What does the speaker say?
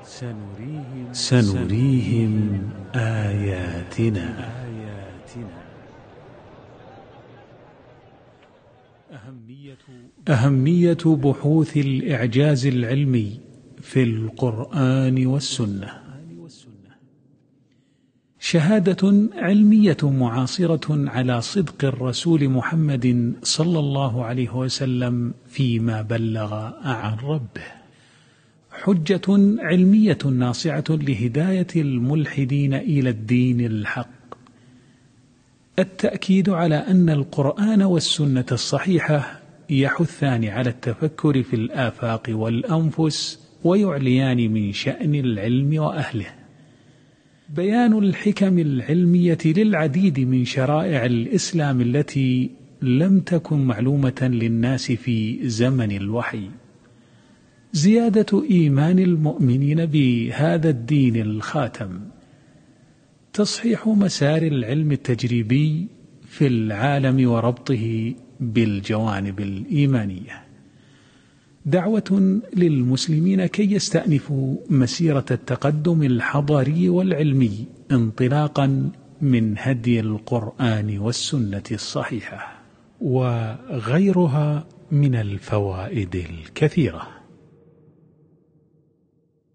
سنريهم آياتنا. أهمية بحوث الإعجاز العلمي في القرآن والسنة. شهادة علمية معاصرة على صدق الرسول محمد صلى الله عليه وسلم فيما بلغ عن ربه، حجة علمية ناصعة لهداية الملحدين إلى الدين الحق، التأكيد على أن القرآن والسنة الصحيحة يحثان على التفكر في الآفاق والأنفس ويعليان من شأن العلم وأهله، بيان الحكم العلمية للعديد من شرائع الإسلام التي لم تكن معلومة للناس في زمن الوحي، زيادة إيمان المؤمنين بهذا الدين الخاتم، تصحيح مسار العلم التجريبي في العالم وربطه بالجوانب الإيمانية، دعوة للمسلمين كي يستأنفوا مسيرة التقدم الحضاري والعلمي انطلاقا من هدي القرآن والسنة الصحيحة، وغيرها من الفوائد الكثيرة.